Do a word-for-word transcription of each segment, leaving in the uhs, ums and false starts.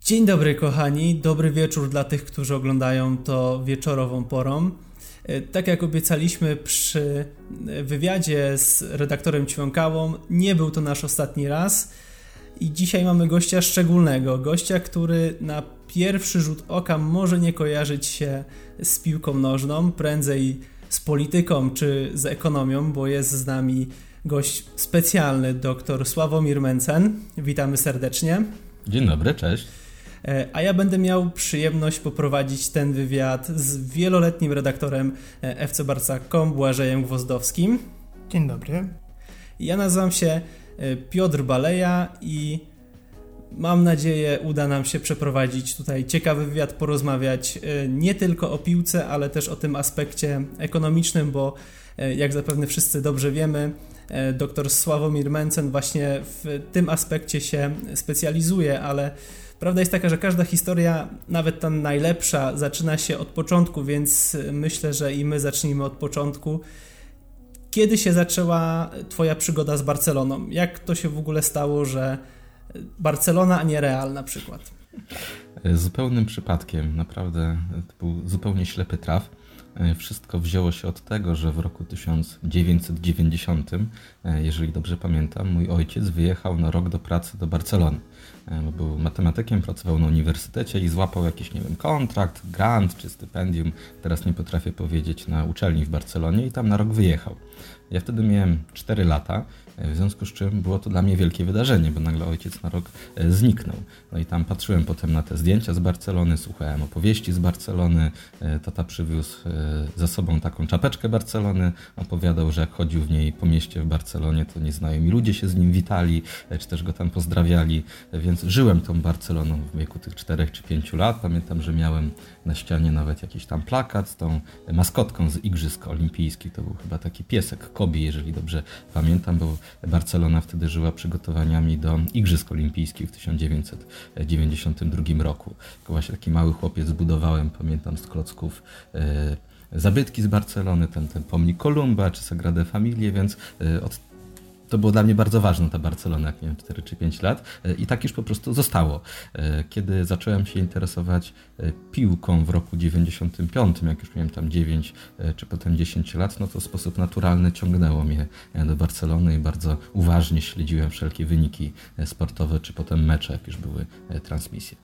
Dzień dobry kochani, dobry wieczór dla tych, którzy oglądają to wieczorową porą. Tak jak obiecaliśmy przy wywiadzie z redaktorem Ćwiąkałą, nie był to nasz ostatni raz i dzisiaj mamy gościa szczególnego, gościa, który na pierwszy rzut oka może nie kojarzyć się z piłką nożną, prędzej z polityką czy z ekonomią, bo jest z nami gość specjalny, dr Sławomir Mencen. Witamy serdecznie. Dzień dobry, cześć. A ja będę miał przyjemność poprowadzić ten wywiad z wieloletnim redaktorem F C Barca kropka com Błażejem Gwozdowskim. Dzień dobry. Ja nazywam się Piotr Baleja i mam nadzieję uda nam się przeprowadzić tutaj ciekawy wywiad, porozmawiać nie tylko o piłce, ale też o tym aspekcie ekonomicznym, bo jak zapewne wszyscy dobrze wiemy, dr Sławomir Mencen właśnie w tym aspekcie się specjalizuje, ale prawda jest taka, że każda historia, nawet ta najlepsza, zaczyna się od początku, więc myślę, że i my zacznijmy od początku. Kiedy się zaczęła twoja przygoda z Barceloną? Jak to się w ogóle stało, że Barcelona, a nie Real na przykład? Zupełnym przypadkiem, naprawdę to był zupełnie ślepy traf. Wszystko wzięło się od tego, że w roku tysiąc dziewięćset dziewięćdziesiątym, jeżeli dobrze pamiętam, mój ojciec wyjechał na rok do pracy do Barcelony. Był matematykiem, pracował na uniwersytecie i złapał jakiś, nie wiem, kontrakt, grant czy stypendium, teraz nie potrafię powiedzieć, na uczelni w Barcelonie i tam na rok wyjechał. Ja wtedy miałem cztery lata, w związku z czym było to dla mnie wielkie wydarzenie, bo nagle ojciec na rok zniknął. No i tam patrzyłem potem na te zdjęcia z Barcelony, słuchałem opowieści z Barcelony, tata przywiózł za sobą taką czapeczkę Barcelony, opowiadał, że jak chodził w niej po mieście w Barcelonie, to nieznajomi ludzie się z nim witali, czy też go tam pozdrawiali, więc żyłem tą Barceloną w wieku tych czterech czy pięciu lat. Pamiętam, że miałem na ścianie nawet jakiś tam plakat z tą maskotką z Igrzysk Olimpijskich, to był chyba taki piesek, Kobi, jeżeli dobrze pamiętam, bo Barcelona wtedy żyła przygotowaniami do Igrzysk Olimpijskich w tysiąc dziewięćset dziewięćdziesiątym drugim roku. Jako właśnie taki mały chłopiec zbudowałem, pamiętam, z klocków e, zabytki z Barcelony, ten, ten pomnik Kolumba czy Sagrada Familię, więc e, od To było dla mnie bardzo ważne, ta Barcelona, jak miałem cztery czy pięć lat i tak już po prostu zostało. Kiedy zacząłem się interesować piłką w roku dziewięćdziesiątym piątym, jak już miałem tam dziewięć czy potem dziesięć lat, no to w sposób naturalny ciągnęło mnie do Barcelony i bardzo uważnie śledziłem wszelkie wyniki sportowe, czy potem mecze, jak już były transmisje.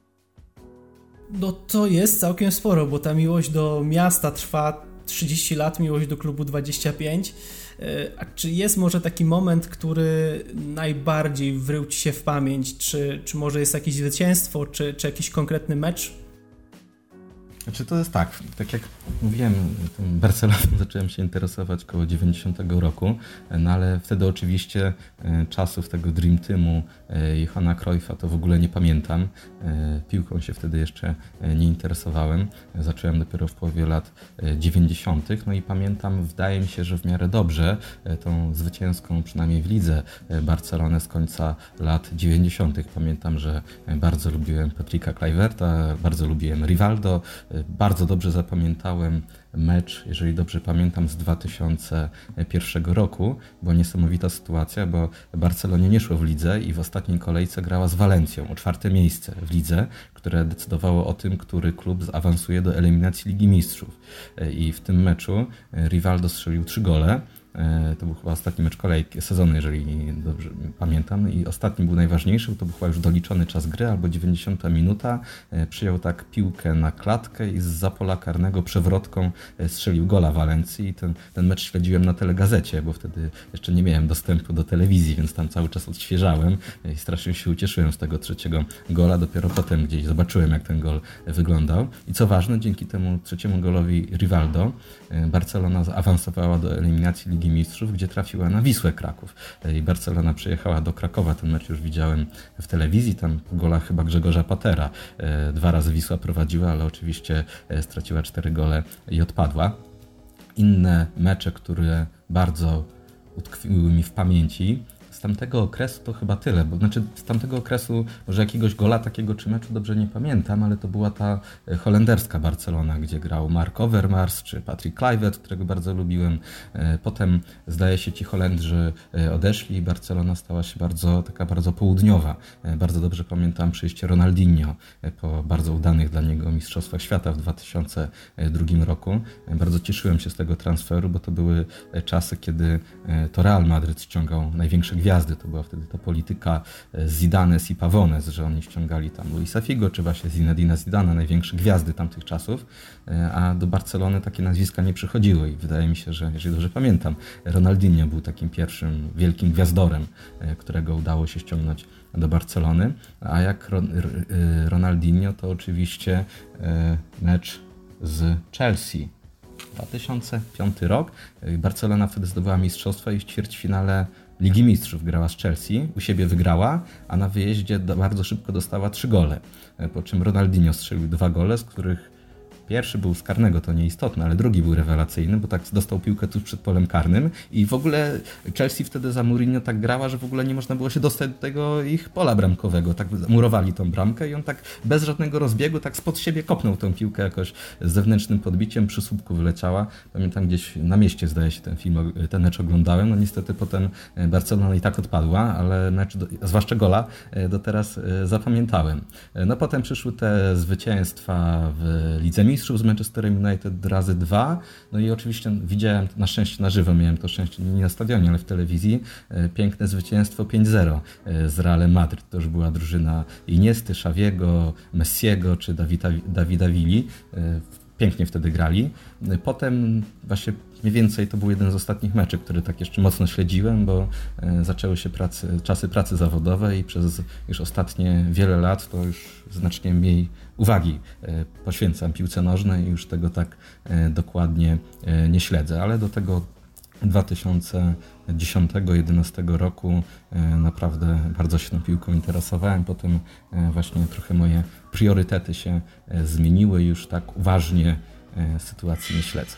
No to jest całkiem sporo, bo ta miłość do miasta trwa trzydzieści lat, miłość do klubu dwadzieścia pięć. A czy jest może taki moment, który najbardziej wrył ci się w pamięć? Czy, czy może jest jakieś zwycięstwo, czy, czy jakiś konkretny mecz? Znaczy to jest tak, tak jak mówiłem, tym Barceloną zacząłem się interesować koło dziewięćdziesiątego roku, no ale wtedy oczywiście czasów tego Dream Teamu Johana Cruyffa to w ogóle nie pamiętam. Piłką się wtedy jeszcze nie interesowałem. Zacząłem dopiero w połowie lat dziewięćdziesiątych. No i pamiętam, wydaje mi się, że w miarę dobrze tą zwycięską, przynajmniej w lidze, Barcelonę z końca lat dziewięćdziesiątych. Pamiętam, że bardzo lubiłem Patricka Kluiverta, bardzo lubiłem Rivaldo. Bardzo dobrze zapamiętałem mecz, jeżeli dobrze pamiętam, z dwa tysiące pierwszego roku. Była niesamowita sytuacja, bo Barcelonie nie szło w lidze i w ostatniej kolejce grała z Walencją o czwarte miejsce w lidze, które decydowało o tym, który klub zaawansuje do eliminacji Ligi Mistrzów. I w tym meczu Rivaldo strzelił trzy gole. To był chyba ostatni mecz kolejki, sezonu, jeżeli dobrze pamiętam. I ostatni był najważniejszy, to był chyba już doliczony czas gry, albo dziewięćdziesiąta minuta. Przyjął tak piłkę na klatkę i zza pola karnego przewrotką strzelił gola Walencji. I ten, ten mecz śledziłem na Telegazecie, bo wtedy jeszcze nie miałem dostępu do telewizji, więc tam cały czas odświeżałem i strasznie się ucieszyłem z tego trzeciego gola. Dopiero potem gdzieś zobaczyłem, jak ten gol wyglądał. I co ważne, dzięki temu trzeciemu golowi Rivaldo Barcelona zaawansowała do eliminacji Ligi Mistrzów, gdzie trafiła na Wisłę Kraków. I Barcelona przyjechała do Krakowa, ten mecz już widziałem w telewizji, tam po golach chyba Grzegorza Patera. Dwa razy Wisła prowadziła, ale oczywiście straciła cztery gole i odpadła. Inne mecze, które bardzo utkwiły mi w pamięci, z tamtego okresu to chyba tyle, bo znaczy z tamtego okresu może jakiegoś gola takiego czy meczu dobrze nie pamiętam, ale to była ta holenderska Barcelona, gdzie grał Mark Overmars czy Patrick Kluivert, którego bardzo lubiłem. Potem zdaje się ci Holendrzy odeszli i Barcelona stała się bardzo taka bardzo południowa. Bardzo dobrze pamiętam przyjście Ronaldinho po bardzo udanych dla niego Mistrzostwach Świata w dwa tysiące drugim roku. Bardzo cieszyłem się z tego transferu, bo to były czasy, kiedy to Real Madryt ściągał największe gwiazdy. To była wtedy ta polityka Zidanes i Pavones, że oni ściągali tam Luisa Figo, czy właśnie Zinedina Zidana, największe gwiazdy tamtych czasów, a do Barcelony takie nazwiska nie przychodziły i wydaje mi się, że jeżeli dobrze pamiętam, Ronaldinho był takim pierwszym wielkim gwiazdorem, którego udało się ściągnąć do Barcelony, a jak Ronaldinho to oczywiście mecz z Chelsea. dwa tysiące piąty rok. Barcelona wtedy zdobyła mistrzostwo i w ćwierćfinale Ligi Mistrzów grała z Chelsea. U siebie wygrała, a na wyjeździe bardzo szybko dostała trzy gole. Po czym Ronaldinho strzelił dwa gole, z których pierwszy był z karnego, to nieistotne, ale drugi był rewelacyjny, bo tak dostał piłkę tuż przed polem karnym i w ogóle Chelsea wtedy za Mourinho tak grała, że w ogóle nie można było się dostać do tego ich pola bramkowego. Tak murowali tą bramkę i on tak bez żadnego rozbiegu tak spod siebie kopnął tą piłkę jakoś z zewnętrznym podbiciem, przy słupku wyleciała. Pamiętam gdzieś na mieście zdaje się ten film, ten mecz oglądałem. No niestety potem Barcelona i tak odpadła, ale mecz, do, zwłaszcza gola, do teraz zapamiętałem. No potem przyszły te zwycięstwa w Lidze Mistrzów z Manchesterem United razy dwa. No i oczywiście widziałem, na szczęście na żywo, miałem to szczęście nie na stadionie, ale w telewizji, piękne zwycięstwo pięć zero z Realem Madryt. To już była drużyna Iniesty, Xaviego, Messiego czy Davida, Davida Villi. Pięknie wtedy grali. Potem właśnie mniej więcej to był jeden z ostatnich meczy, który tak jeszcze mocno śledziłem, bo zaczęły się pracy, czasy pracy zawodowej i przez już ostatnie wiele lat to już znacznie mniej uwagi poświęcam piłce nożnej i już tego tak dokładnie nie śledzę, ale do tego dwa tysiące dziesiątego do jedenastego roku naprawdę bardzo się tą piłką interesowałem. Potem właśnie trochę moje priorytety się zmieniły i już tak uważnie sytuacji nie śledzę.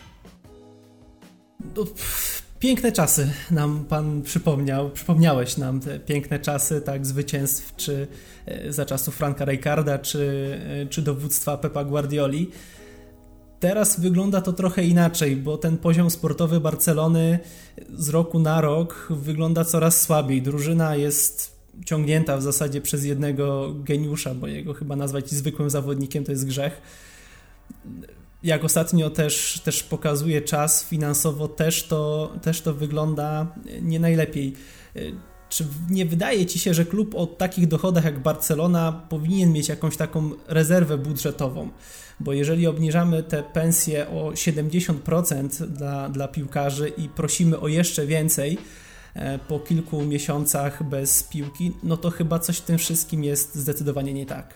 No, piękne czasy nam pan przypomniał. Przypomniałeś nam te piękne czasy, tak, zwycięstw, czy za czasów Franka Rijkaarda, czy, czy dowództwa Pepa Guardioli. Teraz wygląda to trochę inaczej, bo ten poziom sportowy Barcelony z roku na rok wygląda coraz słabiej. Drużyna jest ciągnięta w zasadzie przez jednego geniusza, bo jego chyba nazwać zwykłym zawodnikiem to jest grzech. Jak ostatnio też, też pokazuje czas, finansowo też to, też to wygląda nie najlepiej. Czy nie wydaje ci się, że klub o takich dochodach jak Barcelona powinien mieć jakąś taką rezerwę budżetową? Bo jeżeli obniżamy te pensje o siedemdziesiąt procent dla, dla piłkarzy i prosimy o jeszcze więcej po kilku miesiącach bez piłki, no to chyba coś w tym wszystkim jest zdecydowanie nie tak.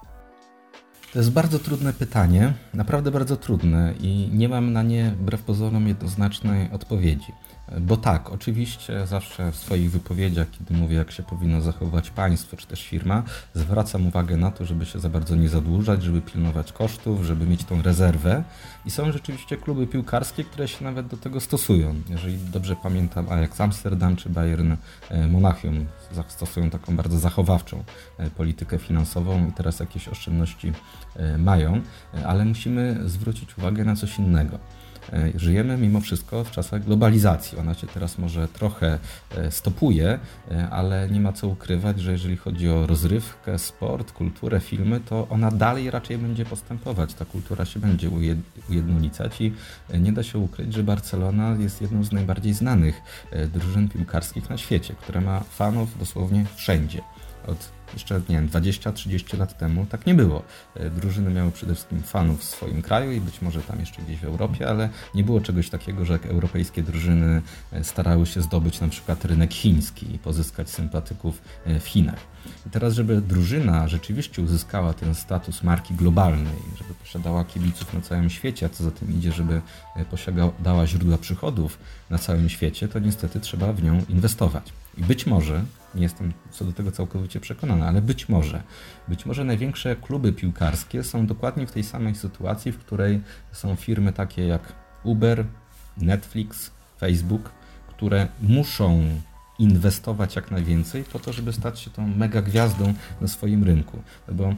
To jest bardzo trudne pytanie, naprawdę bardzo trudne i nie mam na nie wbrew pozorom jednoznacznej odpowiedzi. Bo tak, oczywiście zawsze w swoich wypowiedziach, kiedy mówię, jak się powinno zachowywać państwo czy też firma, zwracam uwagę na to, żeby się za bardzo nie zadłużać, żeby pilnować kosztów, żeby mieć tą rezerwę. I są rzeczywiście kluby piłkarskie, które się nawet do tego stosują. Jeżeli dobrze pamiętam, Ajax Amsterdam czy Bayern Monachium stosują taką bardzo zachowawczą politykę finansową i teraz jakieś oszczędności mają, ale musimy zwrócić uwagę na coś innego. Żyjemy mimo wszystko w czasach globalizacji. Ona się teraz może trochę stopuje, ale nie ma co ukrywać, że jeżeli chodzi o rozrywkę, sport, kulturę, filmy, to ona dalej raczej będzie postępować. Ta kultura się będzie ujednolicać i nie da się ukryć, że Barcelona jest jedną z najbardziej znanych drużyn piłkarskich na świecie, która ma fanów dosłownie wszędzie. Od jeszcze, nie wiem, dwadzieścia trzydzieści lat temu tak nie było. Drużyny miały przede wszystkim fanów w swoim kraju i być może tam jeszcze gdzieś w Europie, ale nie było czegoś takiego, że jak europejskie drużyny starały się zdobyć na przykład rynek chiński i pozyskać sympatyków w Chinach. I teraz, żeby drużyna rzeczywiście uzyskała ten status marki globalnej, żeby posiadała kibiców na całym świecie, a co za tym idzie, żeby posiadała źródła przychodów na całym świecie, to niestety trzeba w nią inwestować. I być może, nie jestem co do tego całkowicie przekonany, ale być może, być może największe kluby piłkarskie są dokładnie w tej samej sytuacji, w której są firmy takie jak Uber, Netflix, Facebook, które muszą inwestować jak najwięcej po to, żeby stać się tą mega gwiazdą na swoim rynku. No bo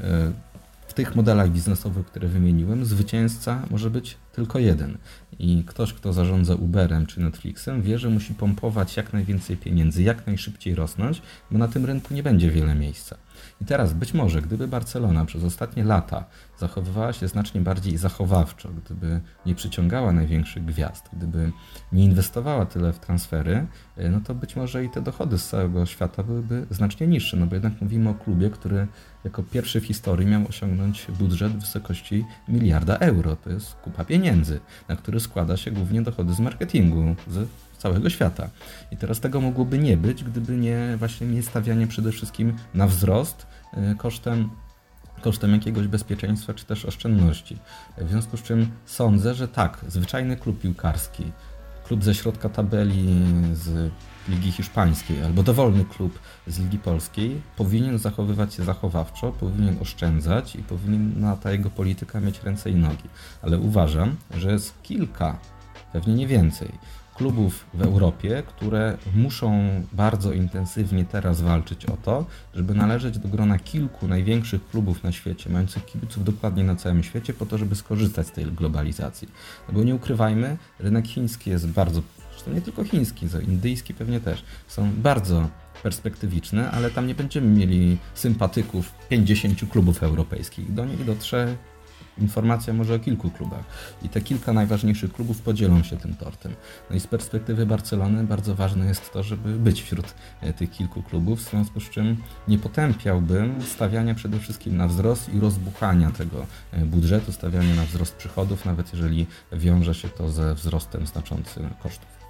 w tych modelach biznesowych, które wymieniłem, zwycięzca może być tylko jeden. I ktoś, kto zarządza Uberem czy Netflixem, wie, że musi pompować jak najwięcej pieniędzy, jak najszybciej rosnąć, bo na tym rynku nie będzie wiele miejsca. I teraz być może, gdyby Barcelona przez ostatnie lata zachowywała się znacznie bardziej zachowawczo, gdyby nie przyciągała największych gwiazd, gdyby nie inwestowała tyle w transfery, no to być może i te dochody z całego świata byłyby znacznie niższe, no bo jednak mówimy o klubie, który jako pierwszy w historii miał osiągnąć budżet w wysokości miliarda euro. To jest kupa pieniędzy, na który składa się głównie dochody z marketingu, z całego świata. I teraz tego mogłoby nie być, gdyby nie właśnie nie stawianie przede wszystkim na wzrost kosztem, kosztem jakiegoś bezpieczeństwa czy też oszczędności. W związku z czym sądzę, że tak, zwyczajny klub piłkarski, klub ze środka tabeli z Ligi Hiszpańskiej albo dowolny klub z Ligi Polskiej powinien zachowywać się zachowawczo, powinien oszczędzać i powinna ta jego polityka mieć ręce i nogi. Ale uważam, że jest kilka, pewnie nie więcej, klubów w Europie, które muszą bardzo intensywnie teraz walczyć o to, żeby należeć do grona kilku największych klubów na świecie, mających kibiców dokładnie na całym świecie, po to, żeby skorzystać z tej globalizacji. No bo nie ukrywajmy, rynek chiński jest bardzo, zresztą nie tylko chiński, to indyjski pewnie też, są bardzo perspektywiczne, ale tam nie będziemy mieli sympatyków pięćdziesięciu klubów europejskich. Do nich dotrze informacja może o kilku klubach i te kilka najważniejszych klubów podzielą się tym tortem. No i z perspektywy Barcelony bardzo ważne jest to, żeby być wśród tych kilku klubów, w związku z czym nie potępiałbym stawiania przede wszystkim na wzrost i rozbuchania tego budżetu, stawiania na wzrost przychodów, nawet jeżeli wiąże się to ze wzrostem znaczącym kosztów.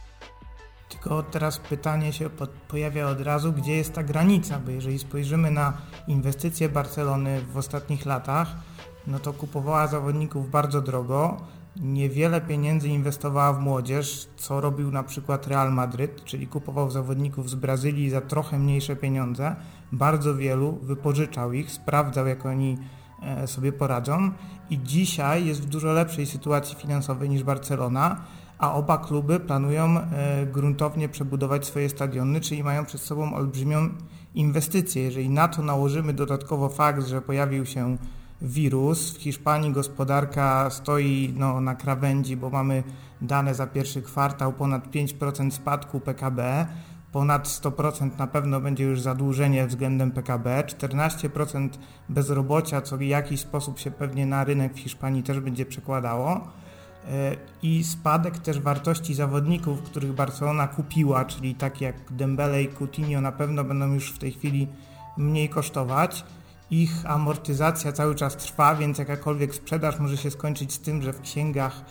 Tylko teraz pytanie się pojawia od razu, gdzie jest ta granica, bo jeżeli spojrzymy na inwestycje Barcelony w ostatnich latach, no to kupowała zawodników bardzo drogo, niewiele pieniędzy inwestowała w młodzież, co robił na przykład Real Madryt, czyli kupował zawodników z Brazylii za trochę mniejsze pieniądze, bardzo wielu, wypożyczał ich, sprawdzał, jak oni sobie poradzą i dzisiaj jest w dużo lepszej sytuacji finansowej niż Barcelona, a oba kluby planują gruntownie przebudować swoje stadiony, czyli mają przed sobą olbrzymią inwestycję. Jeżeli na to nałożymy dodatkowo fakt, że pojawił się wirus, w Hiszpanii gospodarka stoi no, na krawędzi, bo mamy dane za pierwszy kwartał, ponad pięć procent spadku P K B, ponad sto procent na pewno będzie już zadłużenie względem P K B, czternaście procent bezrobocia, co w jakiś sposób się pewnie na rynek w Hiszpanii też będzie przekładało i spadek też wartości zawodników, których Barcelona kupiła, czyli takie jak Dembele i Coutinho na pewno będą już w tej chwili mniej kosztować. Ich amortyzacja cały czas trwa, więc jakakolwiek sprzedaż może się skończyć z tym, że w księgach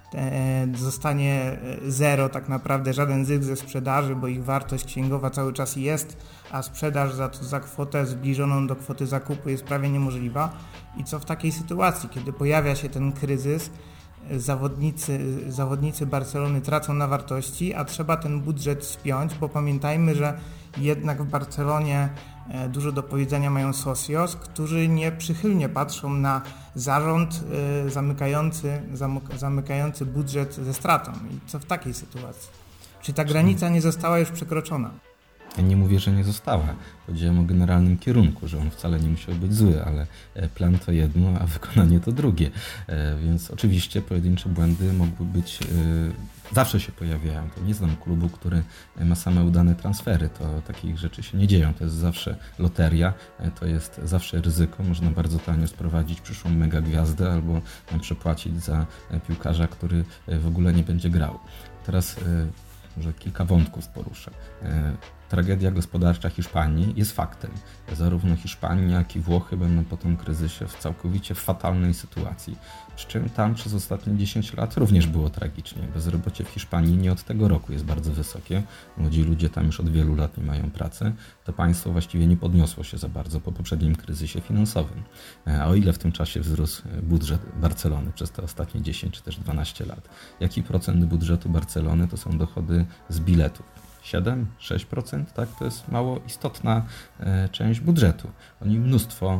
zostanie zero, tak naprawdę żaden zysk ze sprzedaży, bo ich wartość księgowa cały czas jest, a sprzedaż za, za kwotę zbliżoną do kwoty zakupu jest prawie niemożliwa. I co w takiej sytuacji, kiedy pojawia się ten kryzys, zawodnicy, zawodnicy Barcelony tracą na wartości, a trzeba ten budżet spiąć, bo pamiętajmy, że jednak w Barcelonie dużo do powiedzenia mają socios, którzy nieprzychylnie patrzą na zarząd zamykający, zamykający budżet ze stratą. I co w takiej sytuacji? Czy ta granica nie została już przekroczona? Ja nie mówię, że nie została. Powiedziałem o generalnym kierunku, że on wcale nie musiał być zły, ale plan to jedno, a wykonanie to drugie. Więc oczywiście pojedyncze błędy mogły być, zawsze się pojawiają. To nie znam klubu, który ma same udane transfery. To takich rzeczy się nie dzieją. To jest zawsze loteria, to jest zawsze ryzyko. Można bardzo tanio sprowadzić przyszłą mega gwiazdę albo przepłacić za piłkarza, który w ogóle nie będzie grał. Teraz może kilka wątków poruszę. Tragedia gospodarcza Hiszpanii jest faktem. Zarówno Hiszpania, jak i Włochy będą po tym kryzysie w całkowicie fatalnej sytuacji. Przy czym tam przez ostatnie dziesięć lat również było tragicznie. Bezrobocie w Hiszpanii nie od tego roku jest bardzo wysokie. Młodzi ludzie tam już od wielu lat nie mają pracy. To państwo właściwie nie podniosło się za bardzo po poprzednim kryzysie finansowym. A o ile w tym czasie wzrósł budżet Barcelony przez te ostatnie dziesięć czy też dwanaście lat? Jaki procent budżetu Barcelony to są dochody z biletów? siedem sześć procent, tak? To jest mało istotna e, część budżetu. Oni mnóstwo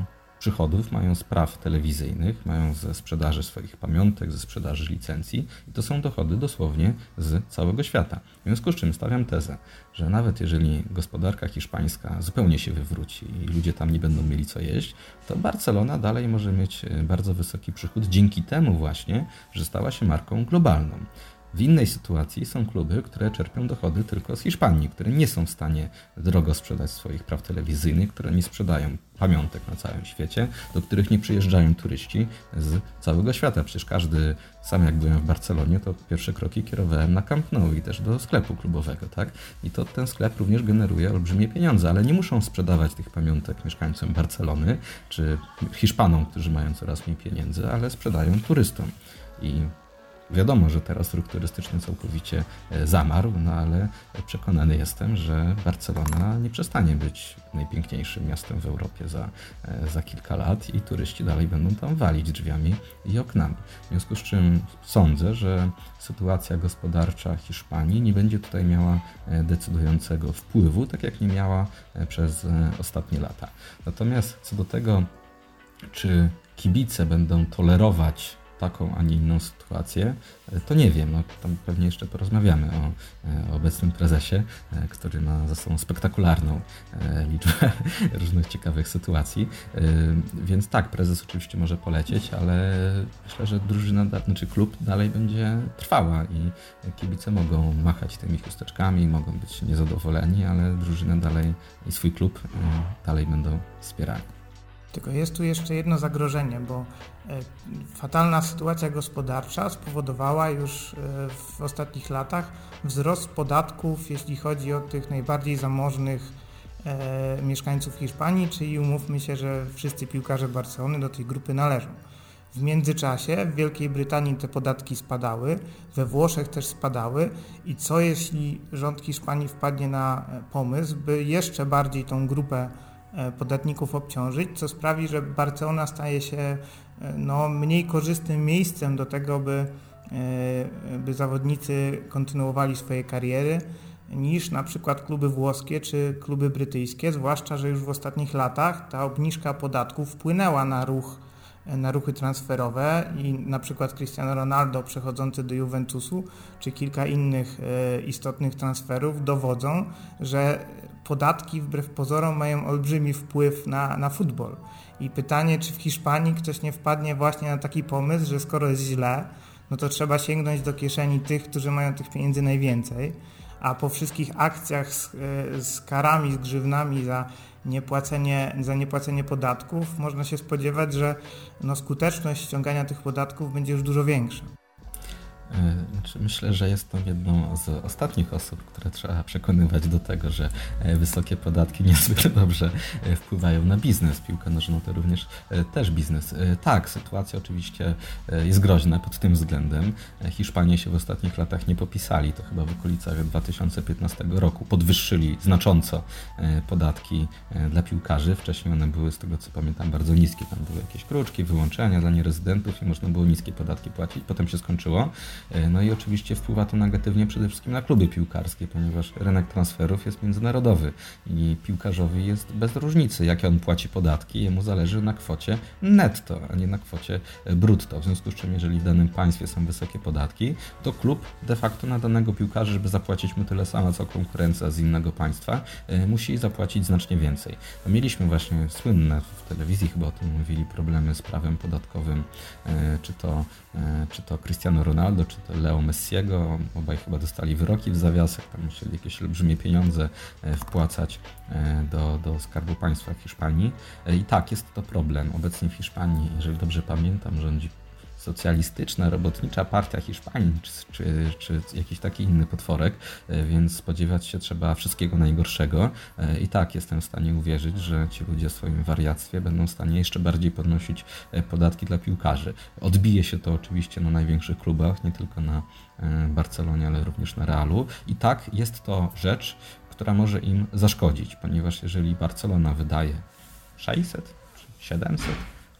przychodów mają z praw telewizyjnych, mają ze sprzedaży swoich pamiątek, ze sprzedaży licencji i to są dochody dosłownie z całego świata. W związku z czym stawiam tezę, że nawet jeżeli gospodarka hiszpańska zupełnie się wywróci i ludzie tam nie będą mieli co jeść, to Barcelona dalej może mieć bardzo wysoki przychód dzięki temu właśnie, że stała się marką globalną. W innej sytuacji są kluby, które czerpią dochody tylko z Hiszpanii, które nie są w stanie drogo sprzedać swoich praw telewizyjnych, które nie sprzedają pamiątek na całym świecie, do których nie przyjeżdżają turyści z całego świata. Przecież każdy, sam jak byłem w Barcelonie, to pierwsze kroki kierowałem na Camp Nou i też do sklepu klubowego, tak? I to ten sklep również generuje olbrzymie pieniądze, ale nie muszą sprzedawać tych pamiątek mieszkańcom Barcelony, czy Hiszpanom, którzy mają coraz mniej pieniędzy, ale sprzedają turystom. I wiadomo, że teraz ruch turystyczny całkowicie zamarł, no ale przekonany jestem, że Barcelona nie przestanie być najpiękniejszym miastem w Europie za, za kilka lat i turyści dalej będą tam walić drzwiami i oknami. W związku z czym sądzę, że sytuacja gospodarcza Hiszpanii nie będzie tutaj miała decydującego wpływu, tak jak nie miała przez ostatnie lata. Natomiast co do tego, czy kibice będą tolerować taką, a nie inną sytuację, to nie wiem. No, tam pewnie jeszcze porozmawiamy o, o obecnym prezesie, który ma za sobą spektakularną liczbę różnych ciekawych sytuacji. Więc tak, prezes oczywiście może polecieć, ale myślę, że drużyna, znaczy klub dalej będzie trwała i kibice mogą machać tymi chusteczkami, mogą być niezadowoleni, ale drużyna dalej i swój klub dalej będą wspierali. Tylko jest tu jeszcze jedno zagrożenie, bo fatalna sytuacja gospodarcza spowodowała już w ostatnich latach wzrost podatków, jeśli chodzi o tych najbardziej zamożnych e, mieszkańców Hiszpanii, czyli umówmy się, że wszyscy piłkarze Barcelony do tej grupy należą. W międzyczasie w Wielkiej Brytanii te podatki spadały, we Włoszech też spadały i co jeśli rząd Hiszpanii wpadnie na pomysł, by jeszcze bardziej tą grupę podatników obciążyć, co sprawi, że Barcelona staje się no, mniej korzystnym miejscem do tego, by, by zawodnicy kontynuowali swoje kariery, niż na przykład kluby włoskie czy kluby brytyjskie, zwłaszcza, że już w ostatnich latach ta obniżka podatków wpłynęła na ruch, na ruchy transferowe i na przykład Cristiano Ronaldo przechodzący do Juventusu, czy kilka innych istotnych transferów dowodzą, że podatki wbrew pozorom mają olbrzymi wpływ na, na futbol. I pytanie, czy w Hiszpanii ktoś nie wpadnie właśnie na taki pomysł, że skoro jest źle, no to trzeba sięgnąć do kieszeni tych, którzy mają tych pieniędzy najwięcej, a po wszystkich akcjach z, z karami, z grzywnami za niepłacenie, za niepłacenie podatków można się spodziewać, że no, skuteczność ściągania tych podatków będzie już dużo większa. Znaczy, myślę, że jestem jedną z ostatnich osób, które trzeba przekonywać do tego, że wysokie podatki niezwykle dobrze wpływają na biznes. Piłka nożna to również też biznes. Tak, sytuacja oczywiście jest groźna pod tym względem. Hiszpanie się w ostatnich latach nie popisali. To chyba w okolicach dwa tysiące piętnastego roku podwyższyli znacząco podatki dla piłkarzy. Wcześniej one były, z tego co pamiętam, bardzo niskie. Tam były jakieś kruczki, wyłączenia dla nierezydentów i można było niskie podatki płacić. Potem się skończyło. No i oczywiście wpływa to negatywnie przede wszystkim na kluby piłkarskie, ponieważ rynek transferów jest międzynarodowy i piłkarzowi jest bez różnicy, jakie on płaci podatki, jemu zależy na kwocie netto, a nie na kwocie brutto. W związku z czym, jeżeli w danym państwie są wysokie podatki, to klub de facto na danego piłkarza, żeby zapłacić mu tyle samo, co konkurencja z innego państwa, musi zapłacić znacznie więcej. No mieliśmy właśnie słynne, w telewizji chyba o tym mówili, problemy z prawem podatkowym, czy to, czy to Cristiano Ronaldo, czy to Leo Messiego, obaj chyba dostali wyroki w zawiasach, tam musieli jakieś olbrzymie pieniądze wpłacać do, do Skarbu Państwa w Hiszpanii. I tak, jest to problem. Obecnie w Hiszpanii, jeżeli dobrze pamiętam, rządzi socjalistyczna, robotnicza partia Hiszpanii, czy, czy, czy jakiś taki inny potworek, więc spodziewać się trzeba wszystkiego najgorszego. I tak jestem w stanie uwierzyć, że ci ludzie w swoim wariactwie będą w stanie jeszcze bardziej podnosić podatki dla piłkarzy. Odbije się to oczywiście na największych klubach, nie tylko na Barcelonie, ale również na Realu. I tak jest to rzecz, która może im zaszkodzić, ponieważ jeżeli Barcelona wydaje sześćset czy siedemset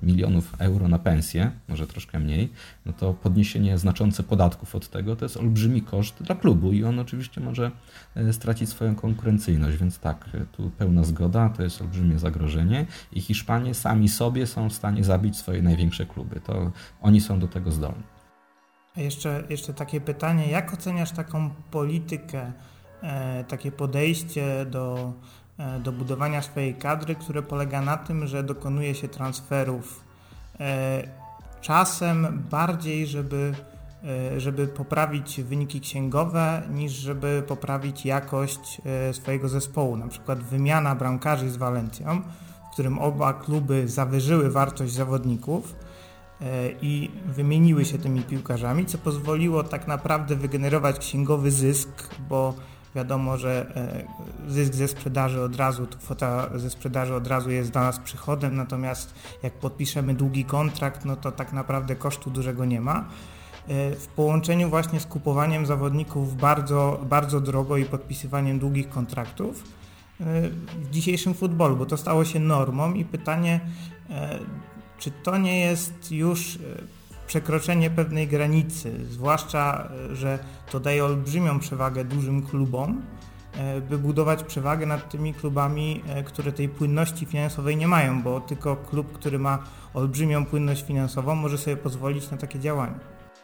milionów euro na pensję, może troszkę mniej, no to podniesienie znaczące podatków od tego to jest olbrzymi koszt dla klubu i on oczywiście może stracić swoją konkurencyjność, więc tak, tu pełna zgoda, to jest olbrzymie zagrożenie i Hiszpanie sami sobie są w stanie zabić swoje największe kluby, to oni są do tego zdolni. A jeszcze, jeszcze takie pytanie, jak oceniasz taką politykę, e, takie podejście do, e, do budowania swojej kadry, które polega na tym, że dokonuje się transferów e, czasem bardziej, żeby, e, żeby poprawić wyniki księgowe, niż żeby poprawić jakość e, swojego zespołu. Na przykład wymiana bramkarzy z Walencją, w którym oba kluby zawyżyły wartość zawodników i wymieniły się tymi piłkarzami, co pozwoliło tak naprawdę wygenerować księgowy zysk, bo wiadomo, że zysk ze sprzedaży od razu, to kwota ze sprzedaży od razu jest dla nas przychodem, natomiast jak podpiszemy długi kontrakt, no to tak naprawdę kosztu dużego nie ma. W połączeniu właśnie z kupowaniem zawodników bardzo, bardzo drogo i podpisywaniem długich kontraktów w dzisiejszym futbolu, bo to stało się normą i pytanie, czy to nie jest już przekroczenie pewnej granicy, zwłaszcza, że to daje olbrzymią przewagę dużym klubom, by budować przewagę nad tymi klubami, które tej płynności finansowej nie mają, bo tylko klub, który ma olbrzymią płynność finansową, może sobie pozwolić na takie działania.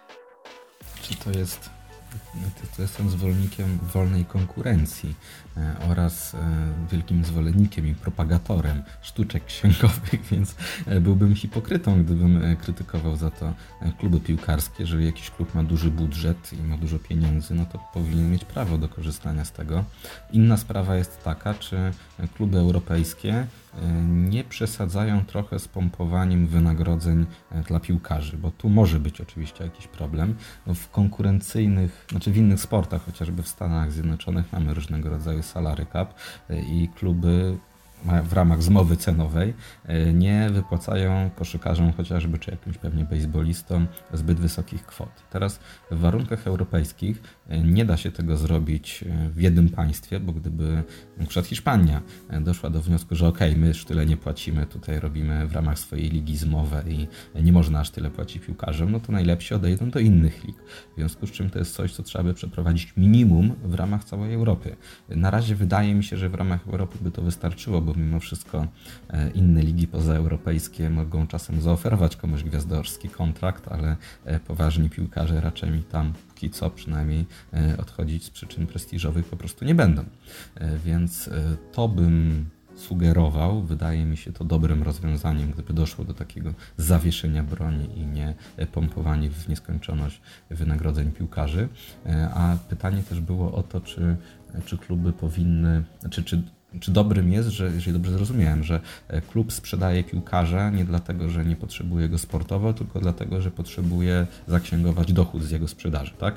Czy to jest... To jestem zwolennikiem wolnej konkurencji oraz wielkim zwolennikiem i propagatorem sztuczek księgowych, więc byłbym hipokrytą, gdybym krytykował za to kluby piłkarskie. Jeżeli jakiś klub ma duży budżet i ma dużo pieniędzy, no to powinien mieć prawo do korzystania z tego. Inna sprawa jest taka, czy kluby europejskie nie przesadzają trochę z pompowaniem wynagrodzeń dla piłkarzy, bo tu może być oczywiście jakiś problem. W konkurencyjnych, znaczy w innych sportach, chociażby w Stanach Zjednoczonych mamy różnego rodzaju salary cap i kluby w ramach zmowy cenowej nie wypłacają koszykarzom chociażby, czy jakimś pewnie bejsbolistom zbyt wysokich kwot. Teraz w warunkach europejskich nie da się tego zrobić w jednym państwie, bo gdyby na przykład Hiszpania doszła do wniosku, że okej, okay, my już tyle nie płacimy, tutaj robimy w ramach swojej ligi zmowę i nie można aż tyle płacić piłkarzom, no to najlepsi odejdą do innych lig. W związku z czym to jest coś, co trzeba by przeprowadzić minimum w ramach całej Europy. Na razie wydaje mi się, że w ramach Europy by to wystarczyło, bo mimo wszystko inne ligi pozaeuropejskie mogą czasem zaoferować komuś gwiazdorski kontrakt, ale poważni piłkarze raczej mi tam póki co przynajmniej odchodzić z przyczyn prestiżowych po prostu nie będą. Więc to bym sugerował, wydaje mi się to dobrym rozwiązaniem, gdyby doszło do takiego zawieszenia broni i nie pompowanie w nieskończoność wynagrodzeń piłkarzy. A pytanie też było o to, czy, czy kluby powinny, czy, czy Czy dobrym jest, że, jeżeli dobrze zrozumiałem, że klub sprzedaje piłkarza nie dlatego, że nie potrzebuje go sportowo, tylko dlatego, że potrzebuje zaksięgować dochód z jego sprzedaży, tak?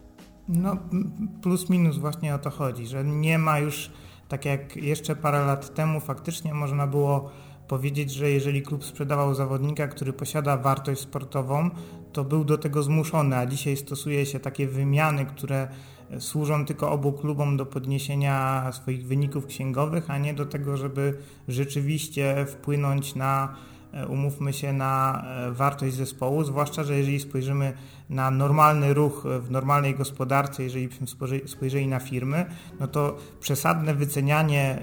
No plus minus właśnie o to chodzi, że nie ma już, tak jak jeszcze parę lat temu faktycznie można było powiedzieć, że jeżeli klub sprzedawał zawodnika, który posiada wartość sportową, to był do tego zmuszony, a dzisiaj stosuje się takie wymiany, które służą tylko obu klubom do podniesienia swoich wyników księgowych, a nie do tego, żeby rzeczywiście wpłynąć na, umówmy się, na wartość zespołu, zwłaszcza, że jeżeli spojrzymy na normalny ruch w normalnej gospodarce, jeżeli byśmy spojrzeli na firmy, no to przesadne wycenianie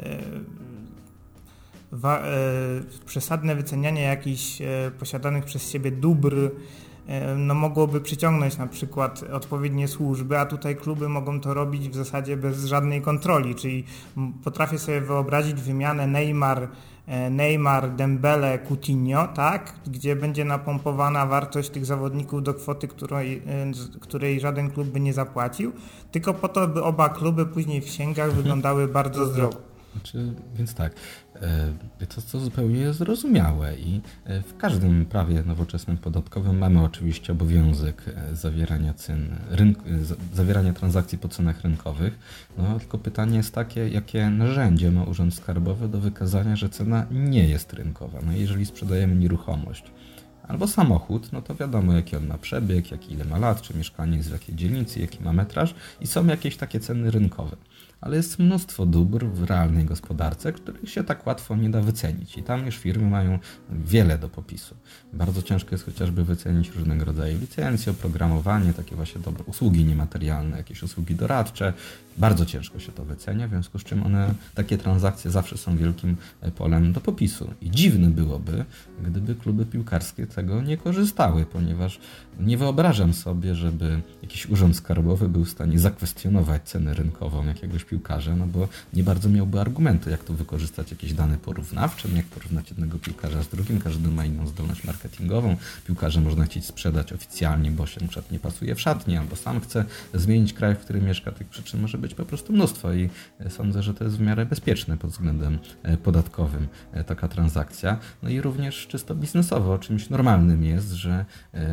Wa- e, przesadne wycenianie jakichś e, posiadanych przez siebie dóbr e, no mogłoby przyciągnąć na przykład odpowiednie służby, a tutaj kluby mogą to robić w zasadzie bez żadnej kontroli, czyli m, potrafię sobie wyobrazić wymianę Neymar, e, Neymar, Dembele, Coutinho, tak, gdzie będzie napompowana wartość tych zawodników do kwoty, której, e, której żaden klub by nie zapłacił, tylko po to, by oba kluby później w księgach wyglądały bardzo zdrowo. Znaczy, więc tak, to, to zupełnie jest zrozumiałe i w każdym prawie nowoczesnym podatkowym mamy oczywiście obowiązek zawierania cen, rynku, zawierania transakcji po cenach rynkowych, no tylko pytanie jest takie, jakie narzędzie ma Urząd Skarbowy do wykazania, że cena nie jest rynkowa. No jeżeli sprzedajemy nieruchomość, Albo samochód, no to wiadomo jaki on ma przebieg, jaki ile ma lat, czy mieszkanie jest w jakiej dzielnicy, jaki ma metraż i są jakieś takie ceny rynkowe. Ale jest mnóstwo dóbr w realnej gospodarce, których się tak łatwo nie da wycenić. I tam już firmy mają wiele do popisu. Bardzo ciężko jest chociażby wycenić różnego rodzaju licencje, oprogramowanie, takie właśnie dobre usługi niematerialne, jakieś usługi doradcze. Bardzo ciężko się to wycenia, w związku z czym one, takie transakcje zawsze są wielkim polem do popisu. I dziwne byłoby, gdyby kluby piłkarskie tego nie korzystały, ponieważ nie wyobrażam sobie, żeby jakiś urząd skarbowy był w stanie zakwestionować cenę rynkową jakiegoś piłkarza, no bo nie bardzo miałby argumentu, jak tu wykorzystać jakieś dane porównawcze, jak porównać jednego piłkarza z drugim, każdy ma inną zdolność marketingową, piłkarza można chcieć sprzedać oficjalnie, bo się na przykład nie pasuje w szatni, albo sam chce zmienić kraj, w którym mieszka, tych przyczyn może być po prostu mnóstwo i sądzę, że to jest w miarę bezpieczne pod względem podatkowym taka transakcja. No i również czysto biznesowo czymś normalnym jest, że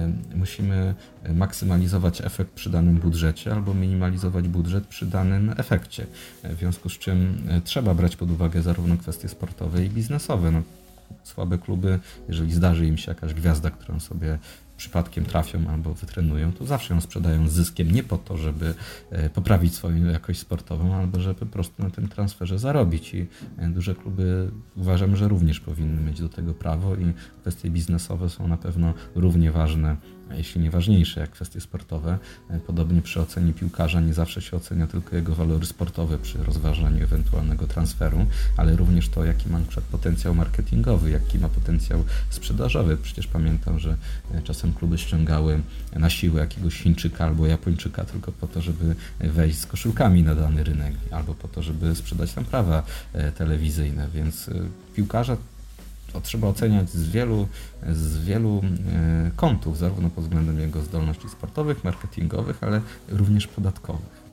musimy maksymalizować efekt przy danym budżecie albo minimalizować budżet przy danym efekcie. W związku z czym trzeba brać pod uwagę zarówno kwestie sportowe i biznesowe. No, słabe kluby, jeżeli zdarzy im się jakaś gwiazda, którą sobie przypadkiem trafią albo wytrenują, to zawsze ją sprzedają z zyskiem, nie po to, żeby poprawić swoją jakość sportową, albo żeby po prostu na tym transferze zarobić. I duże kluby uważam, że również powinny mieć do tego prawo i kwestie biznesowe są na pewno równie ważne, jeśli nie ważniejsze, jak kwestie sportowe. Podobnie przy ocenie piłkarza nie zawsze się ocenia tylko jego walory sportowe przy rozważaniu ewentualnego transferu, ale również to, jaki ma na przykład potencjał marketingowy, jaki ma potencjał sprzedażowy. Przecież pamiętam, że czasem kluby ściągały na siłę jakiegoś Chińczyka albo Japończyka tylko po to, żeby wejść z koszulkami na dany rynek, albo po to, żeby sprzedać tam prawa telewizyjne, więc piłkarza to trzeba oceniać z wielu, z wielu kątów, zarówno pod względem jego zdolności sportowych, marketingowych, ale również podatkowych.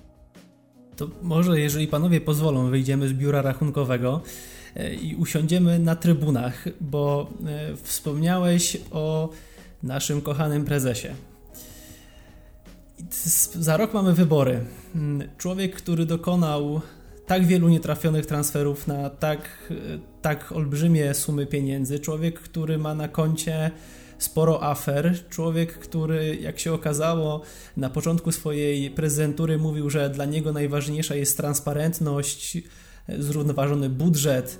To może, jeżeli panowie pozwolą, wyjdziemy z biura rachunkowego i usiądziemy na trybunach, bo wspomniałeś o naszym kochanym prezesie. Za rok mamy wybory. Człowiek, który dokonał tak wielu nietrafionych transferów na tak, tak olbrzymie sumy pieniędzy, człowiek, który ma na koncie sporo afer, człowiek, który, jak się okazało, na początku swojej prezydentury mówił, że dla niego najważniejsza jest transparentność, zrównoważony budżet,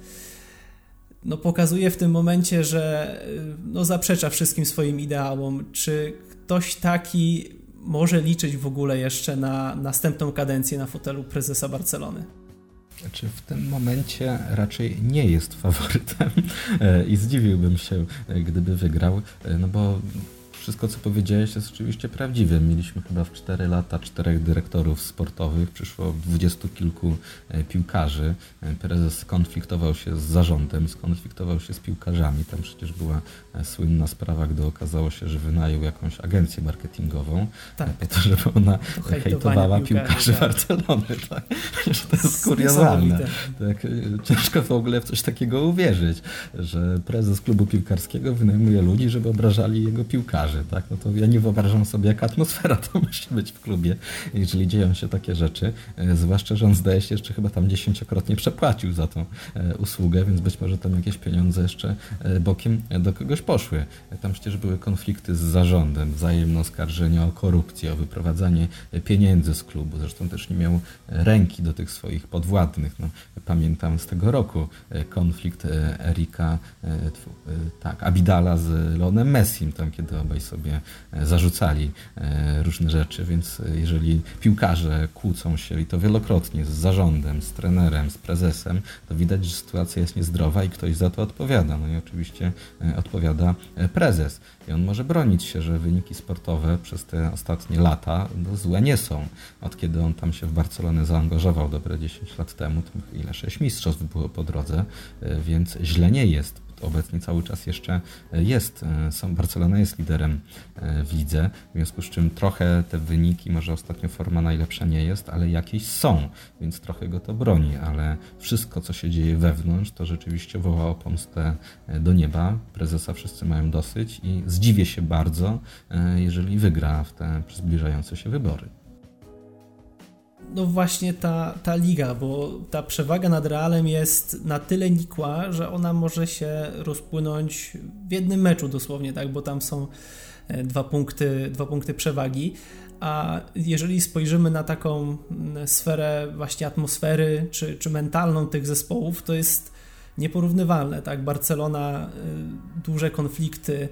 no pokazuje w tym momencie, że no zaprzecza wszystkim swoim ideałom. Czy ktoś taki może liczyć w ogóle jeszcze na następną kadencję na fotelu prezesa Barcelony? Znaczy w tym momencie raczej nie jest faworytem i zdziwiłbym się, gdyby wygrał, no bo wszystko, co powiedziałeś, jest oczywiście prawdziwe. Mieliśmy chyba w cztery lata czterech dyrektorów sportowych, przyszło dwudziestu kilku piłkarzy. Prezes skonfliktował się z zarządem, skonfliktował się z piłkarzami. Tam przecież była słynna sprawa, gdy okazało się, że wynajął jakąś agencję marketingową, tak, po to, żeby ona to hejtowała piłkarzy tak. Barcelony. Tak? Że to jest kuriozalne. Tak, ciężko w ogóle w coś takiego uwierzyć, że prezes klubu piłkarskiego wynajmuje ludzi, żeby obrażali jego piłkarzy. Tak? No to ja nie wyobrażam sobie, jaka atmosfera to musi być w klubie, jeżeli dzieją się takie rzeczy. Zwłaszcza, że on zdaje się jeszcze chyba tam dziesięciokrotnie przepłacił za tą usługę, więc być może tam jakieś pieniądze jeszcze bokiem do kogoś poszły. Tam przecież były konflikty z zarządem, wzajemne oskarżenia o korupcję, o wyprowadzanie pieniędzy z klubu. Zresztą też nie miał ręki do tych swoich podwładnych. No, pamiętam z tego roku konflikt Erika tak, Abidala z Leonem Messim, tam kiedy obaj sobie zarzucali różne rzeczy, więc jeżeli piłkarze kłócą się i to wielokrotnie z zarządem, z trenerem, z prezesem, to widać, że sytuacja jest niezdrowa i ktoś za to odpowiada. No i oczywiście odpowiada prezes. I on może bronić się, że wyniki sportowe przez te ostatnie lata no, złe nie są. Od kiedy on tam się w Barcelonę zaangażował dobre dziesięć lat temu, to ile sześć mistrzostw było po drodze, więc źle nie jest. Obecnie cały czas jeszcze jest, są, Barcelona jest liderem w lidze, w związku z czym trochę te wyniki, może ostatnio forma najlepsza nie jest, ale jakieś są, więc trochę go to broni, ale wszystko, co się dzieje wewnątrz, to rzeczywiście woła o pomstę do nieba. Prezesa wszyscy mają dosyć i zdziwię się bardzo, jeżeli wygra w te zbliżające się wybory. no właśnie ta, ta liga, bo ta przewaga nad Realem jest na tyle nikła, że ona może się rozpłynąć w jednym meczu dosłownie, tak, bo tam są dwa punkty, dwa punkty przewagi, a jeżeli spojrzymy na taką sferę właśnie atmosfery czy, czy mentalną tych zespołów, to jest nieporównywalne, tak, Barcelona, duże konflikty,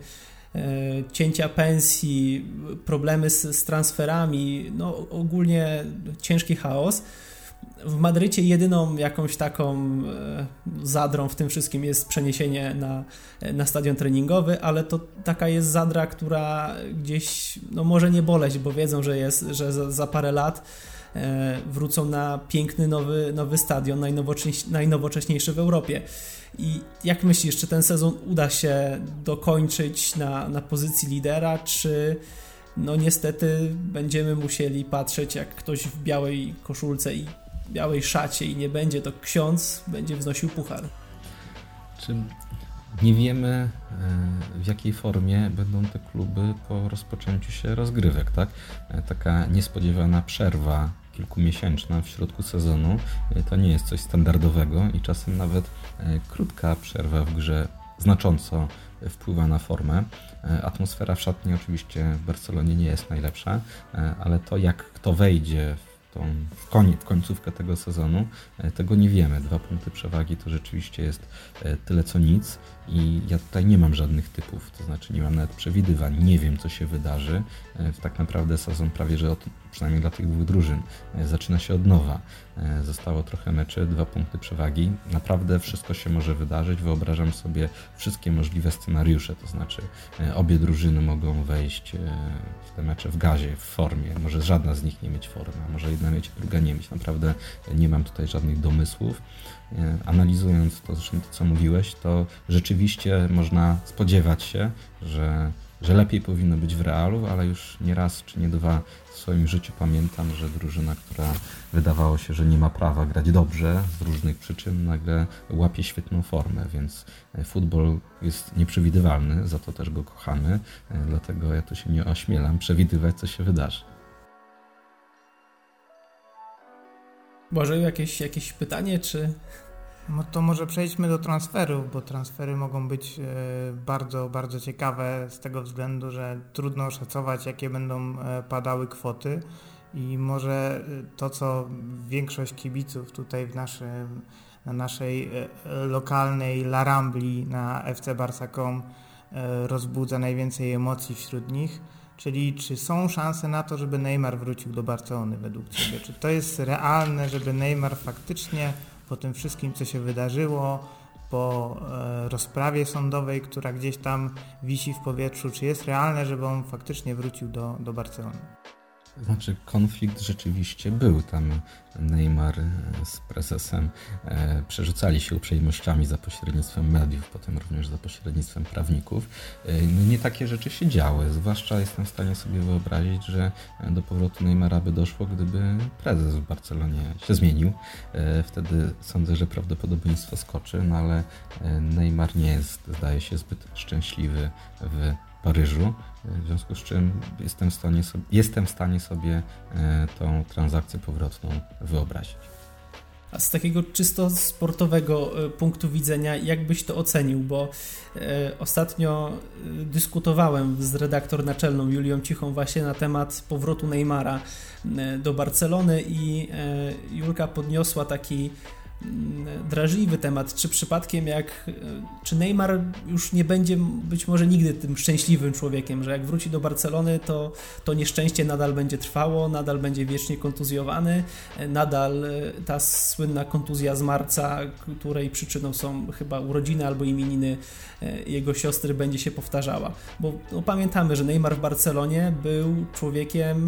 cięcia pensji, problemy z, z transferami, no ogólnie ciężki chaos. W Madrycie jedyną jakąś taką zadrą w tym wszystkim jest przeniesienie na, na stadion treningowy, ale to taka jest zadra, która gdzieś no może nie boleć, bo wiedzą, że jest, że za, za parę lat wrócą na piękny nowy, nowy stadion, najnowocześniejszy, najnowocześniejszy w Europie. I jak myślisz, czy ten sezon uda się dokończyć na, na pozycji lidera, czy no niestety będziemy musieli patrzeć, jak ktoś w białej koszulce i białej szacie i nie będzie to ksiądz, będzie wznosił puchar? Czy nie wiemy, w jakiej formie będą te kluby po rozpoczęciu się rozgrywek, tak? Taka niespodziewana przerwa kilkumiesięczna w środku sezonu to nie jest coś standardowego i czasem nawet krótka przerwa w grze znacząco wpływa na formę. Atmosfera w szatni oczywiście w Barcelonie nie jest najlepsza, ale to jak kto wejdzie w, tą, w, koniec, w końcówkę tego sezonu, tego nie wiemy. Dwa punkty przewagi to rzeczywiście jest tyle co nic i ja tutaj nie mam żadnych typów, to znaczy nie mam nawet przewidywań, nie wiem co się wydarzy. Tak naprawdę sezon prawie że od, przynajmniej dla tych dwóch drużyn zaczyna się od nowa. Zostało trochę meczy, dwa punkty przewagi. Naprawdę wszystko się może wydarzyć. Wyobrażam sobie wszystkie możliwe scenariusze, to znaczy obie drużyny mogą wejść w te mecze w gazie, w formie. Może żadna z nich nie mieć formy, a może jedna mieć, druga nie mieć. Naprawdę nie mam tutaj żadnych domysłów. Analizując to, zresztą to, co mówiłeś, to rzeczywiście można spodziewać się, że, że lepiej powinno być w Realu, ale już nie raz czy nie dwa w swoim życiu pamiętam, że drużyna, która wydawało się, że nie ma prawa grać dobrze z różnych przyczyn, nagle łapie świetną formę, więc futbol jest nieprzewidywalny, za to też go kochamy, dlatego ja tu się nie ośmielam przewidywać, co się wydarzy. Boże, jakieś, jakieś pytanie, czy... No to może przejdźmy do transferów, bo transfery mogą być bardzo, bardzo ciekawe z tego względu, że trudno oszacować, jakie będą padały kwoty i może to, co większość kibiców tutaj w naszym, na naszej lokalnej La Rambli na F C Barca kropka com rozbudza najwięcej emocji wśród nich, czyli czy są szanse na to, żeby Neymar wrócił do Barcelony według Ciebie? Czy to jest realne, żeby Neymar faktycznie po tym wszystkim, co się wydarzyło, po e, rozprawie sądowej, która gdzieś tam wisi w powietrzu, czy jest realne, żeby on faktycznie wrócił do, do Barcelony? Znaczy konflikt rzeczywiście był. Tam Neymar z prezesem e, przerzucali się uprzejmościami za pośrednictwem mediów, potem również za pośrednictwem prawników. E, no nie takie rzeczy się działy, zwłaszcza jestem w stanie sobie wyobrazić, że do powrotu Neymara by doszło, gdyby prezes w Barcelonie się zmienił. E, wtedy sądzę, że prawdopodobieństwo skoczy, no ale Neymar nie jest, zdaje się, zbyt szczęśliwy w Paryżu, w związku z czym jestem w stanie sobie, jestem w stanie sobie tą transakcję powrotną wyobrazić. A z takiego czysto sportowego punktu widzenia, jak byś to ocenił? Bo ostatnio dyskutowałem z redaktor naczelną Julią Cichą właśnie na temat powrotu Neymara do Barcelony i Julka podniosła taki drażliwy temat, czy przypadkiem jak, czy Neymar już nie będzie być może nigdy tym szczęśliwym człowiekiem, że jak wróci do Barcelony, to to nieszczęście nadal będzie trwało, nadal będzie wiecznie kontuzjowany, nadal ta słynna kontuzja z marca, której przyczyną są chyba urodziny albo imieniny jego siostry, będzie się powtarzała, bo no, pamiętamy, że Neymar w Barcelonie był człowiekiem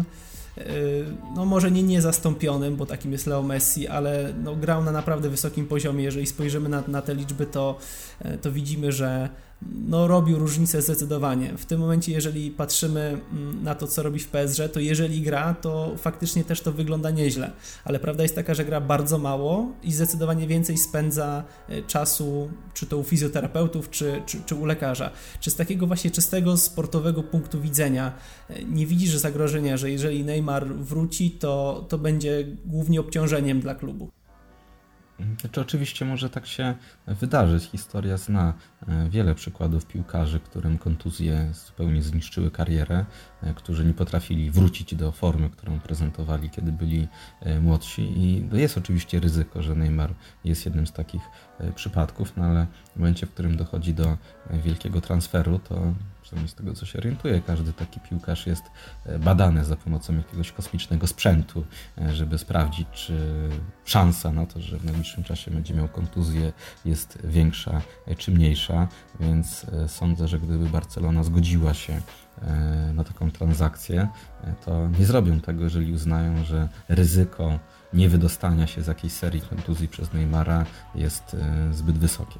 no może nie niezastąpionym, bo takim jest Leo Messi, ale no grał na naprawdę wysokim poziomie. Jeżeli spojrzymy na, na te liczby, to, to widzimy, że no robił różnicę zdecydowanie. W tym momencie, jeżeli patrzymy na to, co robi w P S G, to jeżeli gra, to faktycznie też to wygląda nieźle. Ale prawda jest taka, że gra bardzo mało i zdecydowanie więcej spędza czasu, czy to u fizjoterapeutów, czy, czy, czy u lekarza. Czy z takiego właśnie czystego sportowego punktu widzenia nie widzisz zagrożenia, że jeżeli Neymar wróci, to, to będzie głównie obciążeniem dla klubu? Znaczy, oczywiście może tak się wydarzyć. Historia zna wiele przykładów piłkarzy, którym kontuzje zupełnie zniszczyły karierę, którzy nie potrafili wrócić do formy, którą prezentowali, kiedy byli młodsi. I jest oczywiście ryzyko, że Neymar jest jednym z takich przypadków, no ale w momencie, w którym dochodzi do wielkiego transferu, to przynajmniej z tego, co się orientuję, każdy taki piłkarz jest badany za pomocą jakiegoś kosmicznego sprzętu, żeby sprawdzić, czy szansa na to, że w najbliższym czasie będzie miał kontuzję, jest większa czy mniejsza, więc sądzę, że gdyby Barcelona zgodziła się na taką transakcję, to nie zrobią tego, jeżeli uznają, że ryzyko niewydostania się z jakiejś serii kontuzji przez Neymara jest zbyt wysokie.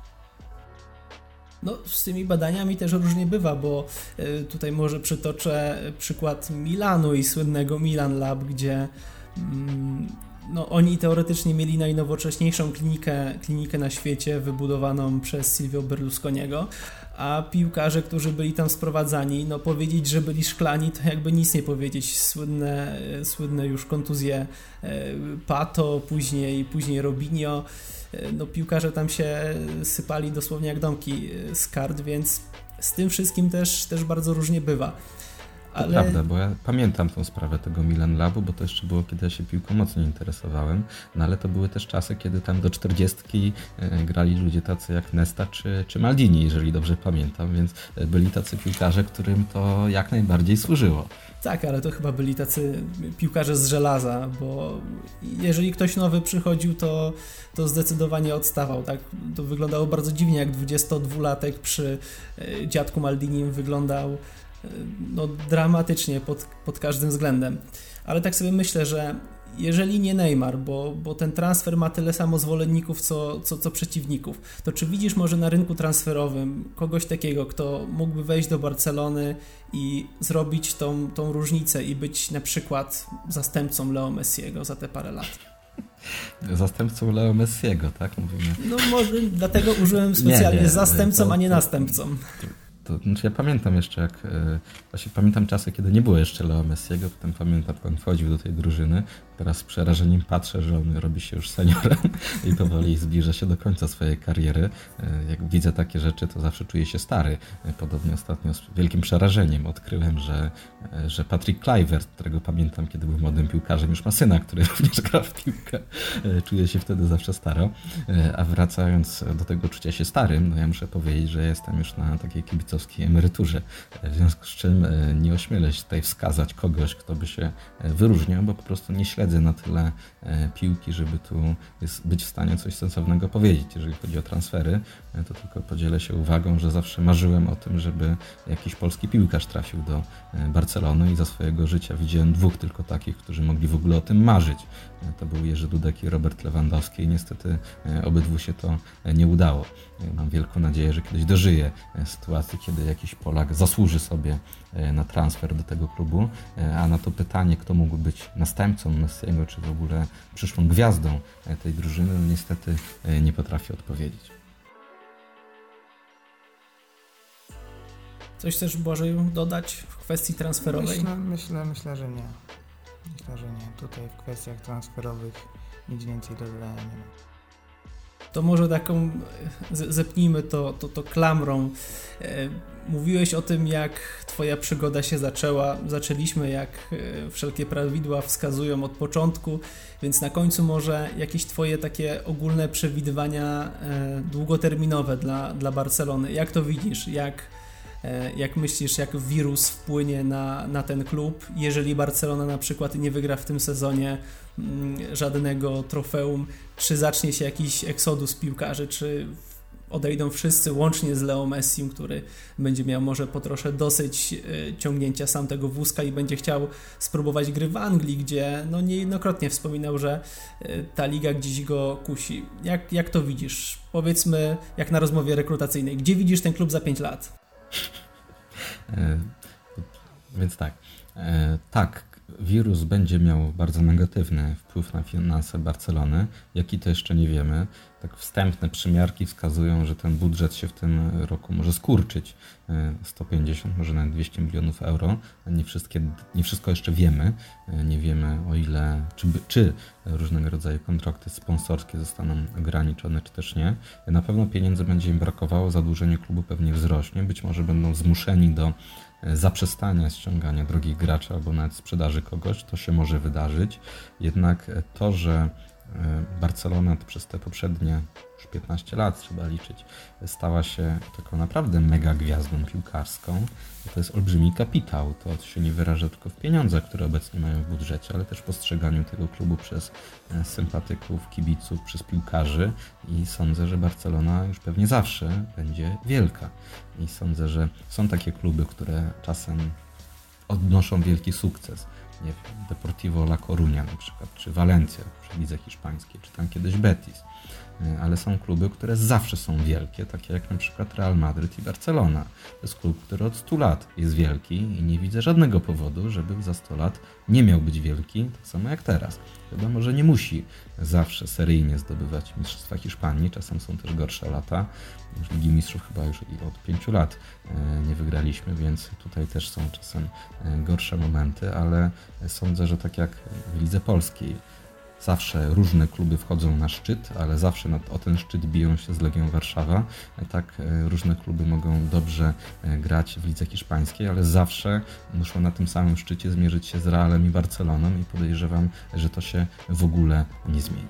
No, z tymi badaniami też różnie bywa, bo tutaj może przytoczę przykład Milanu i słynnego Milan Lab, gdzie no, oni teoretycznie mieli najnowocześniejszą klinikę, klinikę na świecie wybudowaną przez Silvio Berlusconiego, a piłkarze, którzy byli tam sprowadzani, no powiedzieć, że byli szklani, to jakby nic nie powiedzieć. Słynne, słynne już kontuzje Pato, później, później Robinho. No piłkarze tam się sypali dosłownie jak domki z kart, więc z tym wszystkim też, też bardzo różnie bywa. Ale... To prawda, bo ja pamiętam tą sprawę tego Milan Labu, bo to jeszcze było, kiedy ja się piłką mocniej interesowałem, no ale to były też czasy, kiedy tam do czterdziestki grali ludzie tacy jak Nesta czy, czy Maldini, jeżeli dobrze pamiętam, więc byli tacy piłkarze, którym to jak najbardziej służyło. Tak, ale to chyba byli tacy piłkarze z żelaza, bo jeżeli ktoś nowy przychodził, to, to zdecydowanie odstawał. Tak? To wyglądało bardzo dziwnie, jak dwudziestodwulatek przy dziadku Maldinim wyglądał no, dramatycznie pod, pod każdym względem. Ale tak sobie myślę, że jeżeli nie Neymar, bo, bo ten transfer ma tyle samo zwolenników, co, co, co przeciwników, to czy widzisz może na rynku transferowym kogoś takiego, kto mógłby wejść do Barcelony i zrobić tą, tą różnicę i być na przykład zastępcą Leo Messiego za te parę lat? Zastępcą Leo Messiego, tak? Mówimy. No może dlatego użyłem specjalnie nie, nie, zastępcą, to, a nie następcą. To, to, znaczy ja pamiętam jeszcze, jak e, właśnie pamiętam czasy, kiedy nie było jeszcze Leo Messiego, potem pamiętam, jak on wchodził do tej drużyny. Teraz z przerażeniem patrzę, że on robi się już seniorem i powoli zbliża się do końca swojej kariery. Jak widzę takie rzeczy, to zawsze czuję się stary. Podobnie ostatnio z wielkim przerażeniem odkryłem, że, że Patrick Kluivert, którego pamiętam, kiedy był młodym piłkarzem, już ma syna, który również gra w piłkę. Czuję się wtedy zawsze staro. A wracając do tego czucia się starym, no ja muszę powiedzieć, że jestem już na takiej kibicowskiej emeryturze. W związku z czym nie ośmielę się tutaj wskazać kogoś, kto by się wyróżniał, bo po prostu nie śledzę na tyle e, piłki, żeby tu jest, być w stanie coś sensownego powiedzieć. Jeżeli chodzi o transfery, e, to tylko podzielę się uwagą, że zawsze marzyłem o tym, żeby jakiś polski piłkarz trafił do e, Barcelony i za swojego życia widziałem dwóch tylko takich, którzy mogli w ogóle o tym marzyć. E, to był Jerzy Dudek i Robert Lewandowski i niestety e, obydwu się to e, nie udało. E, mam wielką nadzieję, że kiedyś dożyję e, sytuacji, kiedy jakiś Polak zasłuży sobie e, na transfer do tego klubu, e, a na to pytanie, kto mógł być następcą Messiego, czy w ogóle przyszłą gwiazdą tej drużyny, no niestety nie potrafię odpowiedzieć. Coś też, Błażeju, dodać w kwestii transferowej? Myślę, myślę, myślę, że nie. Myślę, że nie. Tutaj w kwestiach transferowych nic więcej do dodania nie ma. To może taką, zepnijmy to, to, to klamrą. Mówiłeś o tym, jak twoja przygoda się zaczęła. Zaczęliśmy, jak wszelkie prawidła wskazują, od początku, więc na końcu może jakieś twoje takie ogólne przewidywania długoterminowe dla, dla Barcelony. Jak to widzisz? Jak, jak myślisz, jak wirus wpłynie na, na ten klub, jeżeli Barcelona na przykład nie wygra w tym sezonie żadnego trofeum, czy zacznie się jakiś eksodus piłkarzy, czy odejdą wszyscy, łącznie z Leo Messim, który będzie miał może po trosze dosyć ciągnięcia sam tego wózka i będzie chciał spróbować gry w Anglii, gdzie no niejednokrotnie wspominał, że ta liga gdzieś go kusi. Jak, jak to widzisz? Powiedzmy, jak na rozmowie rekrutacyjnej, gdzie widzisz ten klub za pięć lat? E, więc tak, e, tak, wirus będzie miał bardzo negatywny wpływ na finanse Barcelony, jaki to jeszcze nie wiemy. Tak wstępne przymiarki wskazują, że ten budżet się w tym roku może skurczyć. sto pięćdziesiąt, może nawet dwieście milionów euro. Nie, wszystkie, nie wszystko jeszcze wiemy. Nie wiemy o ile, czy, czy różnego rodzaju kontrakty sponsorskie zostaną ograniczone, czy też nie. Na pewno pieniędzy będzie im brakowało, zadłużenie klubu pewnie wzrośnie. Być może będą zmuszeni do zaprzestania ściągania drogich graczy albo nawet sprzedaży kogoś. To się może wydarzyć. Jednak to, że Barcelona przez te poprzednie już piętnaście lat trzeba liczyć, stała się taką naprawdę mega gwiazdą piłkarską. To jest olbrzymi kapitał. To się nie wyraża tylko w pieniądzach, które obecnie mają w budżecie, ale też w postrzeganiu tego klubu przez sympatyków, kibiców, przez piłkarzy i sądzę, że Barcelona już pewnie zawsze będzie wielka. I sądzę, że są takie kluby, które czasem odnoszą wielki sukces. Nie wiem, Deportivo La Coruña na przykład, czy Valencia w lidze hiszpańskiej, czy tam kiedyś Betis. Ale są kluby, które zawsze są wielkie, takie jak na przykład Real Madryt i Barcelona. To jest klub, który od stu lat jest wielki i nie widzę żadnego powodu, żeby za sto lat nie miał być wielki, tak samo jak teraz. Wiadomo, że nie musi zawsze seryjnie zdobywać Mistrzostwa Hiszpanii, czasem są też gorsze lata. Już Ligi Mistrzów chyba już od pięciu lat nie wygraliśmy, więc tutaj też są czasem gorsze momenty, ale sądzę, że tak jak w Lidze Polskiej, zawsze różne kluby wchodzą na szczyt, ale zawsze nad, o ten szczyt biją się z Legią Warszawa. Tak różne kluby mogą dobrze grać w lidze hiszpańskiej, ale zawsze muszą na tym samym szczycie zmierzyć się z Realem i Barceloną i podejrzewam, że to się w ogóle nie zmieni.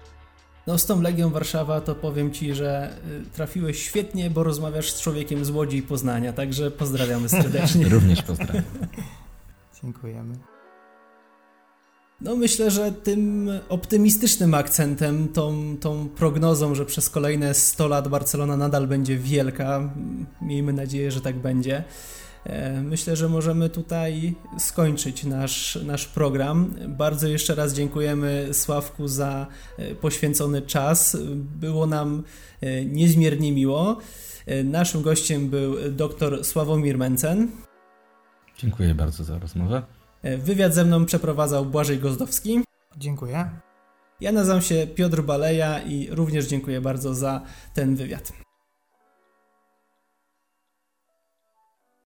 No z tą Legią Warszawa to powiem Ci, że trafiłeś świetnie, bo rozmawiasz z człowiekiem z Łodzi i Poznania, także pozdrawiamy serdecznie. Również pozdrawiam. Dziękujemy. No myślę, że tym optymistycznym akcentem, tą, tą prognozą, że przez kolejne sto lat Barcelona nadal będzie wielka, miejmy nadzieję, że tak będzie, myślę, że możemy tutaj skończyć nasz, nasz program. Bardzo jeszcze raz dziękujemy Sławku za poświęcony czas. Było nam niezmiernie miło. Naszym gościem był dr Sławomir Mencen. Dziękuję bardzo za rozmowę. Wywiad ze mną przeprowadzał Błażej Gozdowski. Dziękuję. Ja nazywam się Piotr Baleja i również dziękuję bardzo za ten wywiad.